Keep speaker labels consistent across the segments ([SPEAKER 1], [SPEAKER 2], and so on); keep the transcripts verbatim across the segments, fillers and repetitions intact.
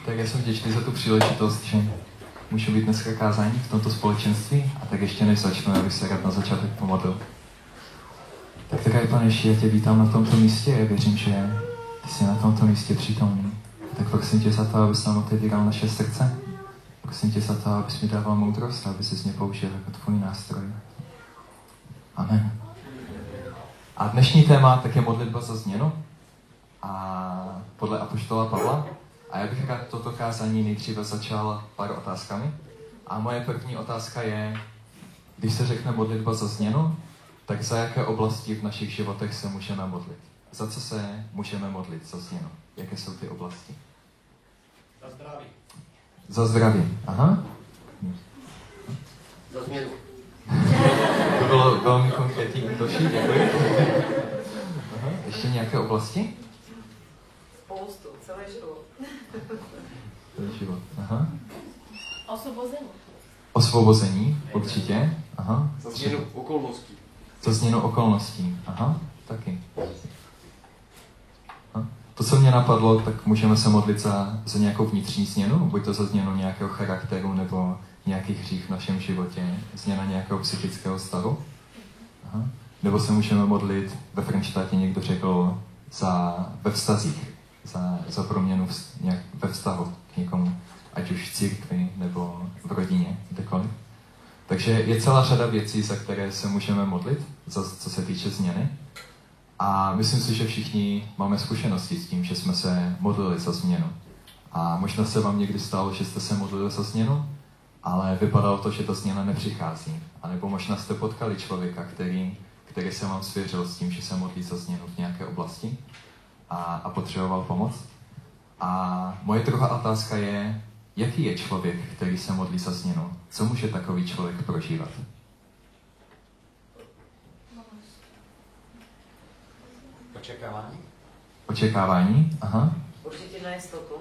[SPEAKER 1] Tak já jsem vděčný za tu příležitost, že můžu být dneska kázání v tomto společenství a tak ještě než začnu, já bych se rád na začátek pomodlil. Tak drahý Pane Ježíši, já tě vítám na tomto místě, já věřím, že ty jsi na tomto místě přítomný. Tak prosím tě za to, abys nám otevíral naše srdce. Prosím tě za to, abys mi dával moudrost a abys se z mě použil jako tvůj nástroj. Amen. A dnešní téma tak je modlitba za změnu. A podle apoštola Pavla. A já bych rád toto kázání nejdříve začal pár otázkami. A moje první otázka je, když se řekne modlitba za změnu, tak za jaké oblasti v našich životech se můžeme modlit? Za co se můžeme modlit za změnu? Jaké jsou ty oblasti?
[SPEAKER 2] Za zdraví.
[SPEAKER 1] Za zdraví, aha.
[SPEAKER 2] Za změnu.
[SPEAKER 1] To bylo velmi konkrétní útočí, děkuji. Aha. Ještě nějaké oblasti?
[SPEAKER 3] Spoustu, celý život.
[SPEAKER 1] Celý život, aha.
[SPEAKER 3] Osvobození.
[SPEAKER 1] Osvobození, určitě, aha.
[SPEAKER 2] Za změnu okolností.
[SPEAKER 1] Za změnu okolností, aha, taky. Aha. To, co mě napadlo, tak můžeme se modlit za, za nějakou vnitřní změnu, buď to za změnu nějakého charakteru, nebo nějakých hřích v našem životě, změna nějakého psychického stavu. Aha. Nebo se můžeme modlit, ve Frenštátě někdo řekl, za, ve vztazích, za, za proměnu v, nějak, ve vztahu k někomu, ať už v církvi, nebo v rodině, kdekoliv. Takže je celá řada věcí, za které se můžeme modlit, za, co se týče změny. A myslím si, že všichni máme zkušenosti s tím, že jsme se modlili za změnu. A možná se vám někdy stalo, že jste se modlili za změnu, ale vypadalo to, že ta změna nepřichází. A nebo možná jste potkali člověka, který, který se vám svěřil s tím, že se modlí za změnu v nějaké oblasti a, a potřeboval pomoc. A moje druhá otázka je, jaký je člověk, který se modlí za změnu? Co může takový člověk prožívat?
[SPEAKER 2] Očekávání.
[SPEAKER 1] Očekávání? Aha.
[SPEAKER 3] Určitě nejistotu.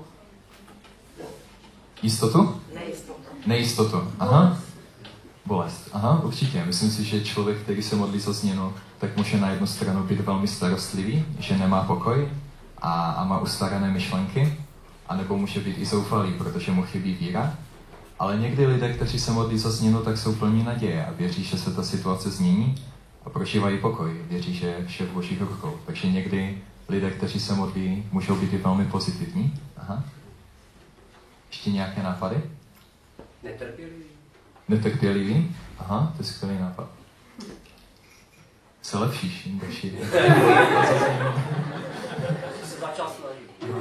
[SPEAKER 1] Jistotu?
[SPEAKER 3] Nejistotu.
[SPEAKER 1] Nejistotu. Aha. Bolest. Aha, určitě. Myslím si, že člověk, který se modlí za změnu, tak může na jednu stranu být velmi starostlivý, že nemá pokoj a, a má ustarané myšlenky, anebo může být i zoufalý, protože mu chybí víra. Ale někdy lidé, kteří se modlí za změnu, tak jsou plní naděje a věří, že se ta situace změní a prožívají pokoj. Věří, že je vše v Božích rukou. Takže někdy lidé, kteří se modlí, můžou být i velmi pozitivní. Aha. Ještě nějaké nápady?
[SPEAKER 2] Netrpělivý.
[SPEAKER 1] Netrpělivý? Aha, to je skvělý nápad. Se lepšíš, jim další.
[SPEAKER 2] Se začal snažit.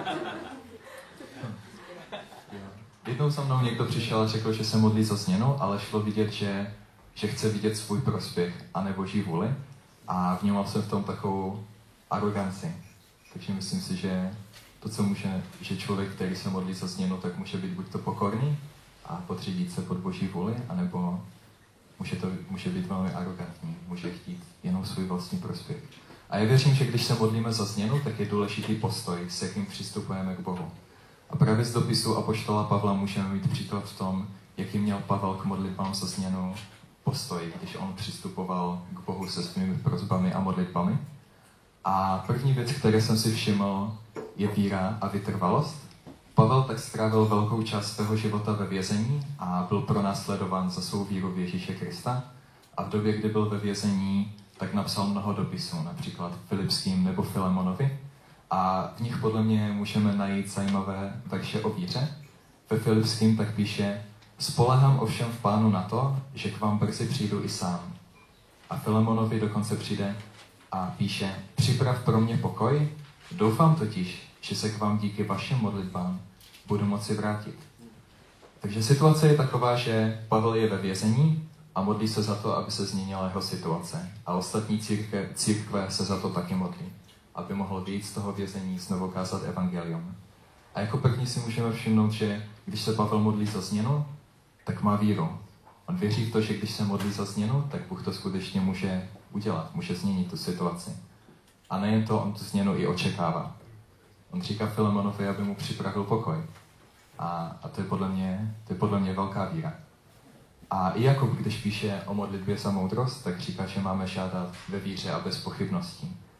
[SPEAKER 1] Jednou za mnou někdo přišel a řekl, že se modlí za změnu, ale šlo vidět, že, že chce vidět svůj prospěch a ne Boží vůli. A vnímal jsem v tom takovou aroganci. Takže myslím si, že to, co může, že člověk, který se modlí za změnu, tak může být buď to pokorný a podřídit se pod Boží vůli, anebo může, to, může být velmi arrogantní, může chtít jenom svůj vlastní prospěch. A já věřím, že když se modlíme za změnu, tak je důležitý postoj, s jakým přistupujeme k Bohu. A právě z dopisu apoštola Pavla můžeme mít příklad v tom, jaký měl Pavel k modlitbám za změnu postoj, když on přistupoval k Bohu se svými prosbami a modlitbami. A první věc, které jsem si všiml, je víra a vytrvalost. Pavel tak strávil velkou část svého života ve vězení a byl pronásledován za svou víru v Ježíše Krista. A v době, kdy byl ve vězení, tak napsal mnoho dopisů, například Filipským nebo Filemonovi. A v nich podle mě můžeme najít zajímavé verše o víře. Ve Filipským tak píše: Spoléhám ovšem v Pánu na to, že k vám brzy přijdu i sám. A Filemonovi dokonce přijde a píše: Připrav pro mě pokoj, doufám totiž, že se k vám díky vašim modlitbám budu moci vrátit. Takže situace je taková, že Pavel je ve vězení a modlí se za to, aby se změnila jeho situace. A ostatní církve, církve se za to taky modlí, aby mohl vyjít z toho vězení, znovu kázat evangelium. A jako první si můžeme všimnout, že když se Pavel modlí za změnu, tak má víru. On věří v to, že když se modlí za změnu, tak Bůh to skutečně může udělat, může změnit tu situaci. A nejen to, on tu změnu i očekává. On říká Filemonovi, aby mu připravil pokoj. A, a to, je podle mě, to je podle mě velká víra. A i Jakub, když píše o modlitbě za moudrost, tak říká, že máme žádat ve víře a bez pochybností.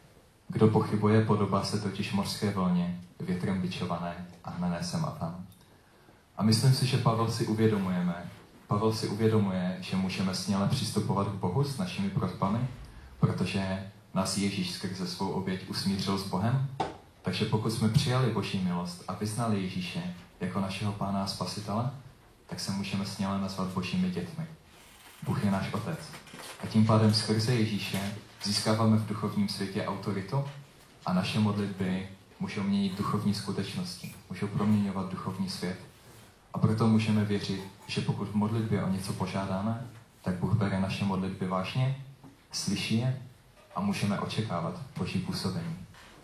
[SPEAKER 1] Kdo pochybuje, podobá se totiž mořské vlně, větrem bičované a hnané sem a tam. A myslím si, že Pavel si uvědomujeme, Pavel si uvědomuje, že můžeme směle přistupovat k Bohu s našimi prosbami, protože nás Ježíš skrze svou oběť usmířil s Bohem. Takže pokud jsme přijali Boží milost a vyznali Ježíše jako našeho Pána a Spasitele, tak se můžeme směle nazvat Božími dětmi. Bůh je náš Otec. A tím pádem skrze Ježíše získáváme v duchovním světě autoritu a naše modlitby můžou měnit duchovní skutečnosti, můžou proměňovat duchovní svět. A proto můžeme věřit, že pokud v modlitbě o něco požádáme, tak Bůh bere naše modlitby vážně, slyší je a můžeme očekávat Boží působení.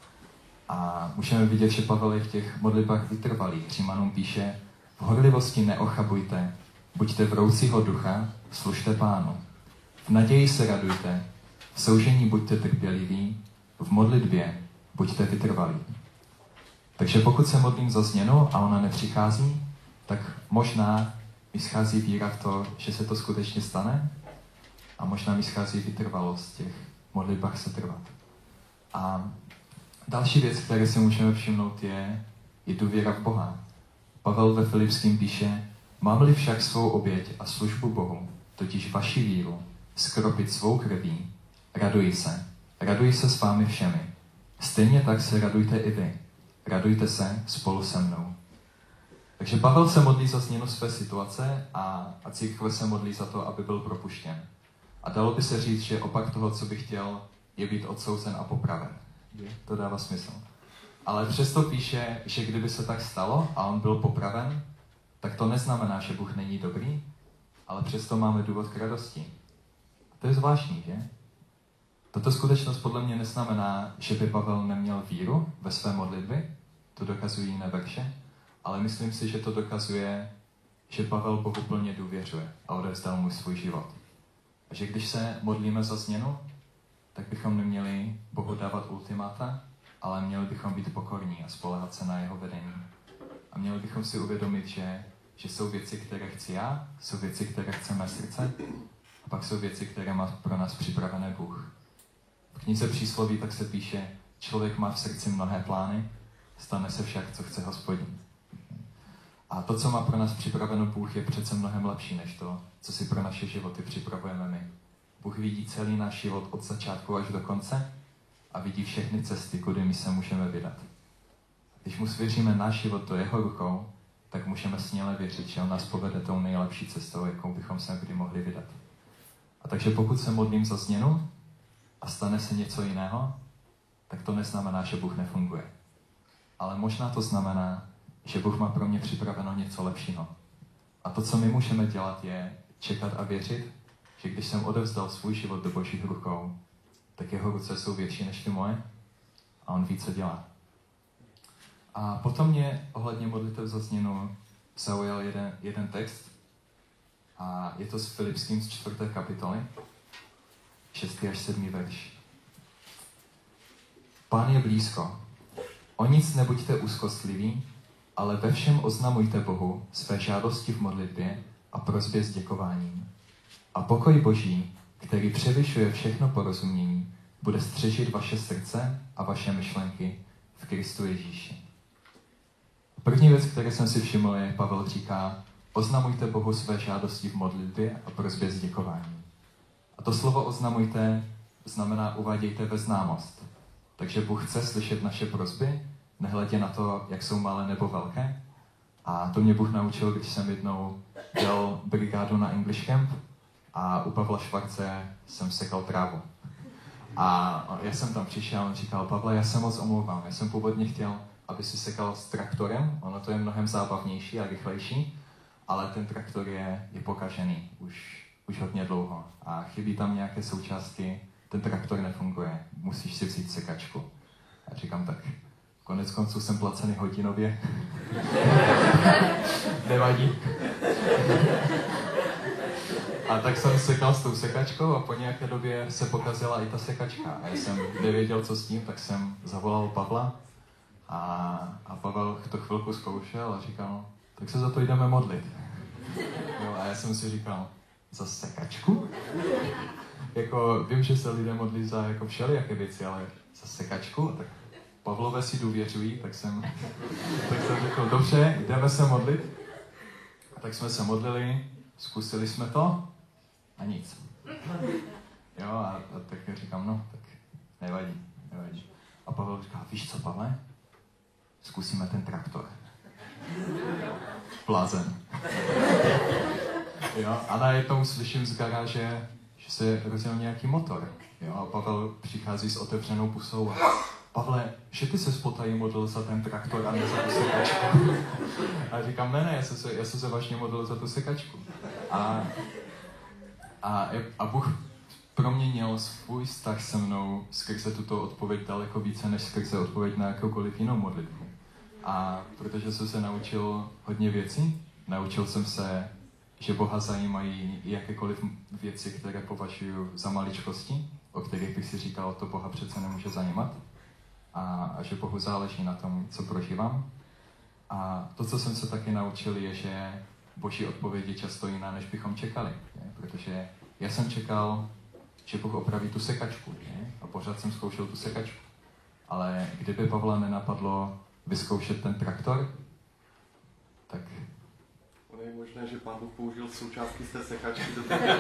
[SPEAKER 1] A můžeme vidět, že Pavel je v těch modlitbách vytrvalý. Římanům píše, v horlivosti neochabujte, buďte vroucího ducha, služte Pánu. V naději se radujte, v soužení buďte trpěliví, v modlitbě buďte vytrvalí. Takže pokud se modlím za změnu a ona nepřichází, tak možná mi schází víra v to, že se to skutečně stane a možná mi schází vytrvalost těch modlitbách se trvat. A další věc, které si můžeme všimnout, je, je důvěra v Boha. Pavel ve Filipským píše, mám-li však svou oběť a službu Bohu, totiž vaši víru, skropit svou krví, raduji se. Raduji se s vámi všemi. Stejně tak se radujte i vy. Radujte se spolu se mnou. Takže Pavel se modlí za změnu své situace a, a církve se modlí za to, aby byl propuštěn. A dalo by se říct, že opak toho, co by chtěl, je být odsouzen a popraven. To dává smysl. Ale přesto píše, že kdyby se tak stalo a on byl popraven, tak to neznamená, že Bůh není dobrý, ale přesto máme důvod k radosti. A to je zvláštní, že? Tato skutečnost podle mě neznamená, že by Pavel neměl víru ve své modlitby, to dokazují jiné verše, ale myslím si, že to dokazuje, že Pavel Bohu plně důvěřuje a odevzdal mu svůj život. A že když se modlíme za změnu, tak bychom neměli Bohu dávat ultimáta, ale měli bychom být pokorní a spoléhat se na jeho vedení. A měli bychom si uvědomit, že, že jsou věci, které chci já, jsou věci, které chce mé srdce, a pak jsou věci, které má pro nás připravené Bůh. V knize Přísloví tak se píše, člověk má v srdci mnohé plány, stane se však, co chce Hospodin. A to, co má pro nás připraveno Bůh, je přece mnohem lepší, než to, co si pro naše životy připravujeme my. Bůh vidí celý náš život od začátku až do konce a vidí všechny cesty, kudy my se můžeme vydat. Když mu svěříme náš život do jeho rukou, tak můžeme směle věřit, že on nás povede tou nejlepší cestou, jakou bychom se kdy mohli vydat. A takže pokud se modlím za změnu a stane se něco jiného, tak to neznamená, že Bůh nefunguje. Ale možná to znamená, že Bůh má pro mě připraveno něco lepšího. A to, co my můžeme dělat, je čekat a věřit, že když jsem odevzdal svůj život do Božích rukou, tak jeho ruce jsou větší než ty moje a on ví, co dělá. A potom mě ohledně modlitev za změnu zaujal jeden, jeden text a je to s Filipským z čtvrté kapitoly, šestý až sedmý verš. Pán je blízko. O nic nebuďte úzkostliví, ale ve všem oznamujte Bohu své žádosti v modlitbě a prosbě s děkováním. A pokoj Boží, který převyšuje všechno porozumění, bude střežit vaše srdce a vaše myšlenky v Kristu Ježíši. První věc, které jsem si všiml, je, Pavel říká, oznamujte Bohu své žádosti v modlitbě a prosbě s děkováním. A to slovo oznamujte znamená uvádějte ve známost. Takže Bůh chce slyšet naše prosby, nehledě na to, jak jsou malé nebo velké. A to mě Bůh naučil, když jsem jednou dělal brigádu na English Camp a u Pavla Švarce jsem sekal trávu. A já jsem tam přišel a on říkal, Pavle, já se moc omlouvám, já jsem původně chtěl, aby si sekal s traktorem, ono to je mnohem zábavnější a rychlejší, ale ten traktor je, je pokažený už, už hodně dlouho a chybí tam nějaké součástky, ten traktor nefunguje, musíš si vzít sekačku. A říkám tak, konec konců jsem placený hodinově. Nevadí. A tak jsem sekal s tou sekačkou a po nějaké době se pokazila i ta sekačka. A já jsem nevěděl, co s tím, tak jsem zavolal Pavla a, a Pavel to chvilku zkoušel a říkal, tak se za to jdeme modlit. Jo, a já jsem si říkal, za sekačku? Jako, vím, že se lidé modlí za jako všelijaké věci, ale za sekačku? Tak Pavlové si důvěřují, tak jsem, tak jsem řekl, dobře, jdeme se modlit. A tak jsme se modlili, zkusili jsme to a nic. Jo, a, a tak říkám, no, tak nevadí, nevadí. A Pavel říká, víš co, Pavle? Zkusíme ten traktor. Blázen. Jo, a najednou slyším z garáže, že se rozjel nějaký motor. Jo, a Pavel přichází s otevřenou pusou a Pavle, že ty se spotají modlil za ten traktor a ne za tu sekačku. A říkám, ne, ne, já jsem se, já jsem se vážně modlil za tu sekačku. A, a, a Bůh proměnil svůj vztah se mnou skrze tuto odpověď daleko více, než skrze odpověď na jakoukoliv jinou modlitbu. A protože jsem se naučil hodně věcí, naučil jsem se, že Boha zajímají jakékoliv věci, které považuji za maličkosti, o kterých bych si říkal, to Boha přece nemůže zajímat. A, a že Bohu záleží na tom, co prožívám. A to, co jsem se taky naučil, je, že Boží odpověď je často jiná, než bychom čekali. Je? Protože já jsem čekal, že Bůh opraví tu sekačku. Je? A pořád jsem zkoušel tu sekačku. Ale kdyby Pavla nenapadlo vyzkoušet ten traktor, tak...
[SPEAKER 4] Ono je možné, že Pán Bůh použil součástky z té sekačky do toho.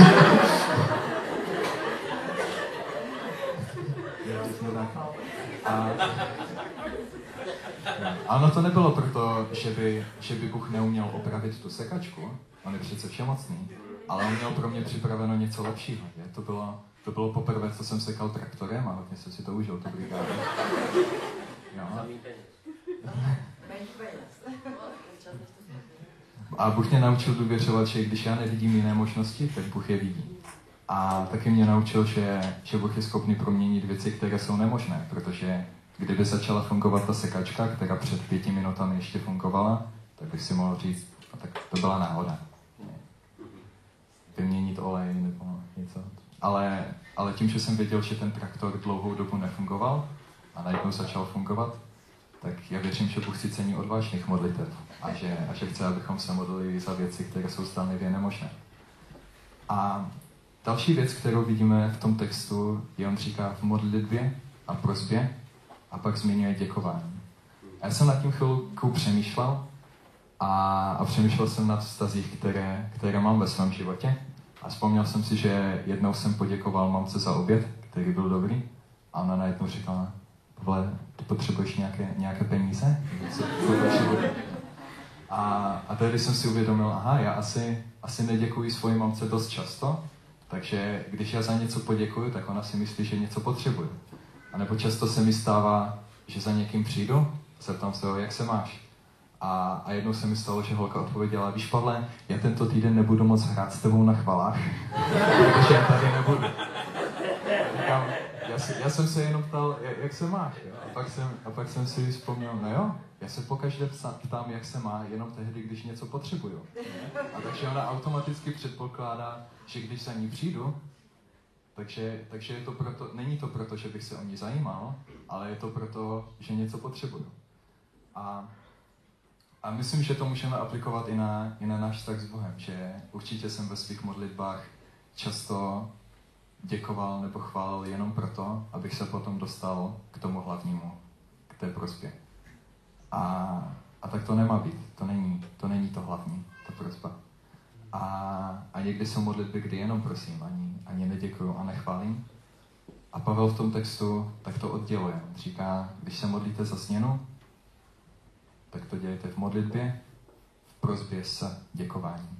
[SPEAKER 1] A, a ono to nebylo proto, že by, že by Bůh neuměl opravit tu sekačku, on je přece všemocný, ale on měl pro mě připraveno něco lepšího. Je? To, bylo, to bylo poprvé, co jsem sekal traktorem a hodně jsem si to užil, tu brigádu. A Bůh mě naučil důvěřovat, že když já nevidím jiné možnosti, tak Bůh je vidí. A taky mě naučil, že, že Bůh je schopný proměnit věci, které jsou nemožné, protože kdyby začala fungovat ta sekačka, která před pěti minutami ještě fungovala, tak bych si mohl říct, no tak to byla náhoda. Vyměnit olej nebo něco. Ale, ale tím, že jsem věděl, že ten traktor dlouhou dobu nefungoval a najednou začal fungovat, tak já věřím, že Bůh si cení odvážných modlitev a že, a že chce, abychom se modlili za věci, které jsou zdánlivě nemožné. A další věc, kterou vidíme v tom textu, je, on říká v modlitbě a prosbě a pak zmiňuje děkování. A já jsem nad tím chvilku přemýšlel a, a přemýšlel jsem nad vztazích, které, které mám ve svém životě a vzpomněl jsem si, že jednou jsem poděkoval mamce za oběd, který byl dobrý a ona najednou říkala, Pavle, ty potřebuješ nějaké, nějaké peníze? Co, co a, a tady jsem si uvědomil, aha, já asi, asi neděkuji svoji mamce dost často, takže když já za něco poděkuju, tak ona si myslí, že něco potřebuju. A nebo často se mi stává, že za někým přijdu, zeptám se ho, jak se máš. A, a jednou se mi stalo, že holka odpověděla, víš Pavle, já tento týden nebudu moc hrát s tebou na chvalách, protože já tady nebudu. Říkám, já, si, já jsem se jenom ptal, jak, jak se máš. Jo? A, pak jsem, a pak jsem si vzpomněl, no jo, já se pokaždé ptám, jak se má, jenom tehdy, když něco potřebuju. A takže ona automaticky předpokládá, že když za ní přijdu, takže, takže je to proto, není to proto, že bych se o ní zajímal, ale je to proto, že něco potřebuju. A, a myslím, že to můžeme aplikovat i na, i na náš vztah s Bohem, že určitě jsem ve svých modlitbách často děkoval nebo chválil jenom proto, abych se potom dostal k tomu hlavnímu, k té prosbě. A, a tak to nemá být, to není to, není to hlavní, ta prosba. A, a někdy jsou modlitby, kdy jenom prosím, ani, ani neděkuju a nechválím. A Pavel v tom textu tak to odděluje. Říká, když se modlíte za směnu, tak to dělejte v modlitbě, v prosbě s děkováním.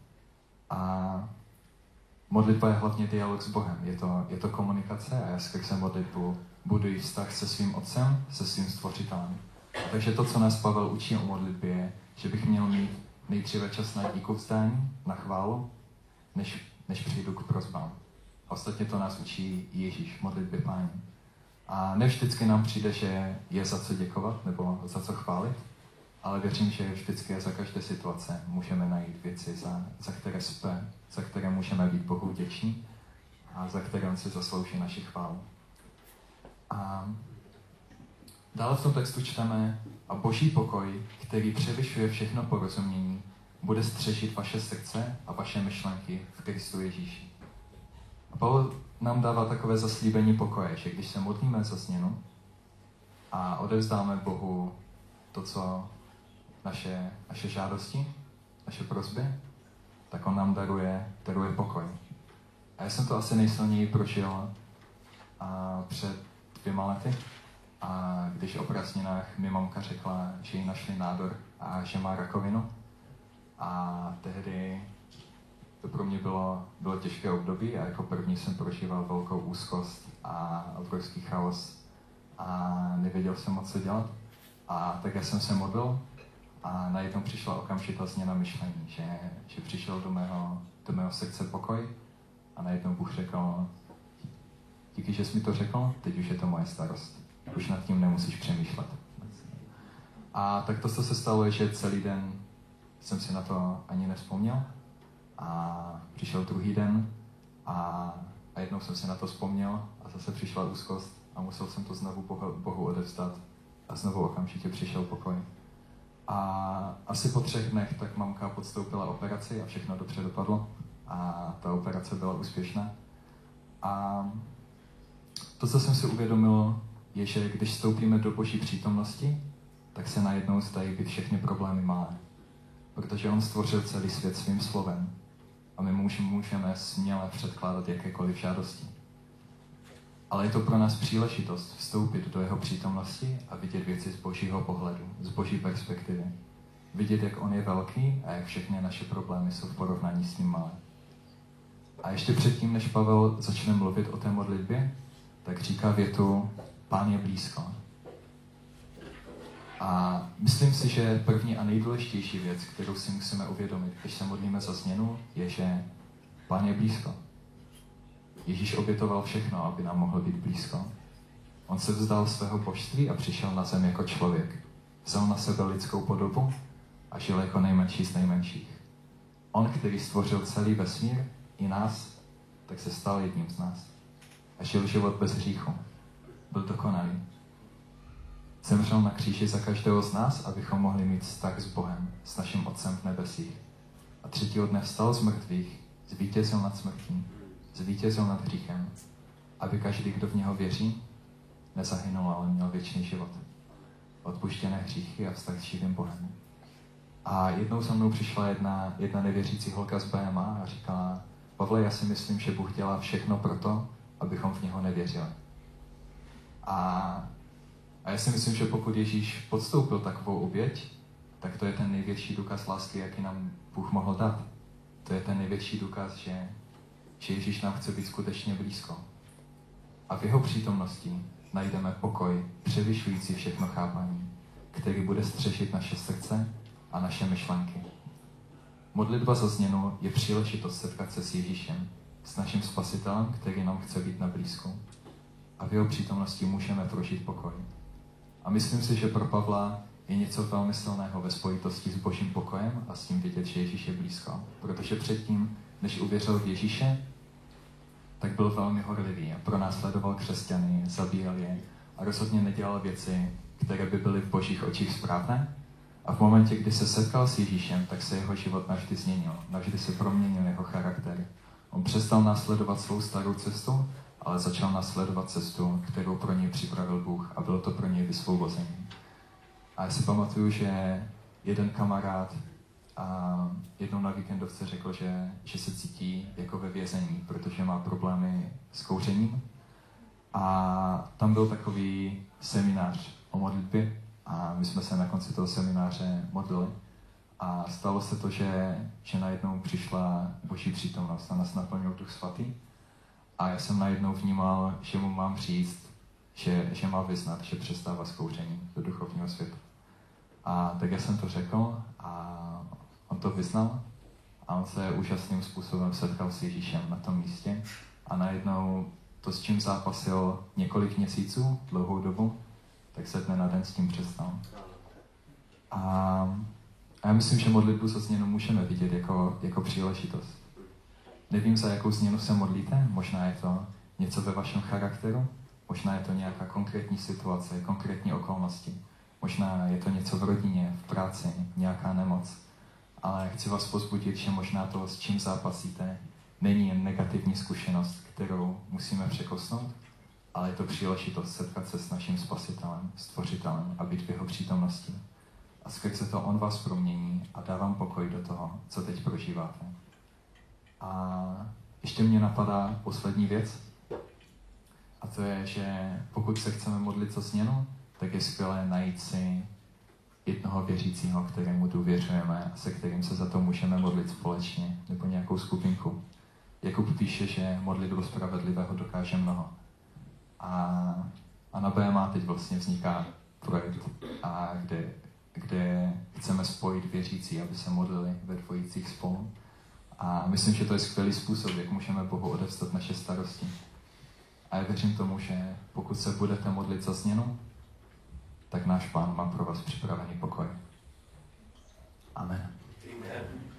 [SPEAKER 1] A modlitba je hlavně dialog s Bohem, je to, je to komunikace a já skrze modlitbu buduji vztah se svým otcem, se svým stvořitelem. A takže to, co nás Pavel učí o modlitbě, je, že bych měl mít nejdříve čas na díkovzdání, na chválu, než, než přijdu k prosbám. Ostatně to nás učí Ježíš v modlitbě Páně. A ne vždycky nám přijde, že je za co děkovat nebo za co chválit, ale věřím, že vždycky za každé situace můžeme najít věci, za, za které jsme, za které můžeme být Bohu vděční a za které on si zaslouží naši chválu. A dále v tom textu čteme, a boží pokoj, který převyšuje všechno porozumění, bude střežit vaše srdce a vaše myšlenky v Kristu Ježíši. A Pavel nám dává takové zaslíbení pokoje, že když se modlíme za změnu a odevzdáme Bohu to, co naše, naše žádosti, naše prosby, tak on nám daruje, daruje pokoj. A já jsem to asi nejsilněji prožil a před dvěma lety, a když o prázdninách mi mamka řekla, že jí našli nádor a že má rakovinu. A tehdy to pro mě bylo, bylo těžké období a jako první jsem prožíval velkou úzkost a obrovský chaos a nevěděl jsem moc co dělat. A tak já jsem se modlil a najednou přišla okamžitá změna myšlení, že, že přišel do mého, do mého srdce pokoj a najednou Bůh řekl, díky, že jsi mi to řekl, teď už je to moje starost. Už nad tím nemusíš přemýšlet. A tak to, co se stalo, je, že celý den jsem si na to ani nevzpomněl. A přišel druhý den a, a jednou jsem si na to vzpomněl a zase přišla úzkost a musel jsem to znovu Bohu, Bohu odevzdat. A znovu okamžitě přišel pokoj. A asi po třech dnech tak mamka podstoupila operaci a všechno dobře dopadlo. A ta operace byla úspěšná. A to, co jsem si uvědomil, je, že když vstoupíme do Boží přítomnosti, tak se najednou zdají být všechny problémy malé. Protože on stvořil celý svět svým slovem a my můžeme směle předkládat jakékoliv žádosti. Ale je to pro nás příležitost vstoupit do jeho přítomnosti a vidět věci z Božího pohledu, z Boží perspektivy. Vidět, jak on je velký a jak všechny naše problémy jsou v porovnání s ním malé. A ještě předtím, než Pavel začne mluvit o té modlitbě, tak říká větu, Pán je blízko. A myslím si, že první a nejdůležitější věc, kterou si musíme uvědomit, když se modlíme za změnu, je, že Pán je blízko. Ježíš obětoval všechno, aby nám mohl být blízko. On se vzdal svého božství a přišel na zem jako člověk. Vzal na sebe lidskou podobu a žil jako nejmenší z nejmenších. On, který stvořil celý vesmír, i nás, tak se stal jedním z nás. A žil život bez hříchu. Byl dokonalý. Zemřel na kříži za každého z nás, abychom mohli mít vztah s Bohem, s naším Otcem v nebesích. A třetího dne vstal z mrtvých, zvítězil nad smrtí, zvítězil nad hříchem, aby každý, kdo v něho věří, nezahynul, ale měl věčný život. Odpuštěné hříchy a vztah s živým Bohem. A jednou za mnou přišla jedna, jedna nevěřící holka z B M A a říkala, Pavle, já si myslím, že Bůh dělá všechno proto, abychom v něho nevěřili. A A já si myslím, že pokud Ježíš podstoupil takovou oběť, tak to je ten největší důkaz lásky, jaký nám Bůh mohl dát. To je ten největší důkaz, že, že Ježíš nám chce být skutečně blízko. A v jeho přítomnosti najdeme pokoj, převyšující všechno chápání, který bude střešit naše srdce a naše myšlenky. Modlitba za změnu je příležitost setkat se s Ježíšem, s naším Spasitelem, který nám chce být na blízku. A v jeho přítomnosti můžeme prožít pokoj. A myslím si, že pro Pavla je něco velmi silného ve spojitosti s Božím pokojem a s tím vidět, že Ježíš je blízko. Protože předtím, než uvěřil v Ježíše, tak byl velmi horlivý a pronásledoval křesťany, zabíjel je a rozhodně nedělal věci, které by byly v Božích očích správné. A v momentě, kdy se setkal s Ježíšem, tak se jeho život navždy změnil. Navždy se proměnil jeho charakter. On přestal následovat svou starou cestu, ale začal následovat cestu, kterou pro něj připravil Bůh a bylo to pro něj vysvobození. A já si pamatuju, že jeden kamarád a jednou na víkendovce řekl, že, že se cítí jako ve vězení, protože má problémy s kouřením. A tam byl takový seminář o modlitbě a my jsme se na konci toho semináře modlili. A stalo se to, že, že najednou přišla Boží přítomnost a nás naplnil Duch Svatý. A já jsem najednou vnímal, že mu mám říct, že, že má vyznat, že přestává s kouřením do duchovního světa. A tak já jsem to řekl a on to vyznal a on se úžasným způsobem setkal s Ježíšem na tom místě a najednou to, s čím zápasil několik měsíců, dlouhou dobu, tak se dne na den s tím přestal. A, a já myslím, že modlitbu za změnu můžeme vidět jako, jako příležitost. Nevím, za jakou změnu se modlíte, možná je to něco ve vašem charakteru, možná je to nějaká konkrétní situace, konkrétní okolnosti, možná je to něco v rodině, v práci, nějaká nemoc. ale chci vás pozbudit, že možná to, s čím zápasíte, není jen negativní zkušenost, kterou musíme překosnout, ale je to příležitost setkat se s naším Spasitelem, Stvořitelem a být v jeho přítomnosti. A skrze to on vás promění a dá vám pokoj do toho, co teď prožíváte. A ještě mě napadá poslední věc, a to je, že pokud se chceme modlit za změnu, tak je skvělé najít si jednoho věřícího, kterému důvěřujeme a se kterým se za to můžeme modlit společně, nebo nějakou skupinku. Jakub píše, že modlitbu spravedlivého dokáže mnoho. A, a na B M A teď vlastně vzniká projekt, a kde, kde chceme spojit věřící, aby se modlili ve dvojicích spolu. A myslím, že to je skvělý způsob, jak můžeme Bohu odevzdat naše starosti. A já věřím tomu, že pokud se budete modlit za změnu, tak náš Pán má pro vás připravený pokoj. Amen.
[SPEAKER 2] Amen.